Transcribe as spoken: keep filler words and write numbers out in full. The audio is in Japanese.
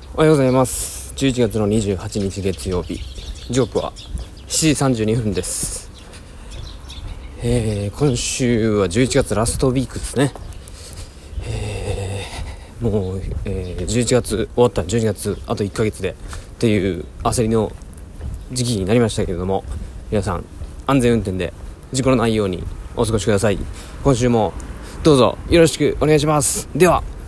おはようございます。じゅういちがつのにじゅうはちにち月曜日、時刻はしちじさんじゅうにふんです。えー、今週はじゅういちがつラストウィークですね。えー、もう、えー、じゅういちがつ終わったらじゅうにがつあといっかげつでっていう焦りの時期になりましたけれども、皆さん安全運転で事故のないようにお過ごしください。今週もどうぞよろしくお願いします。では。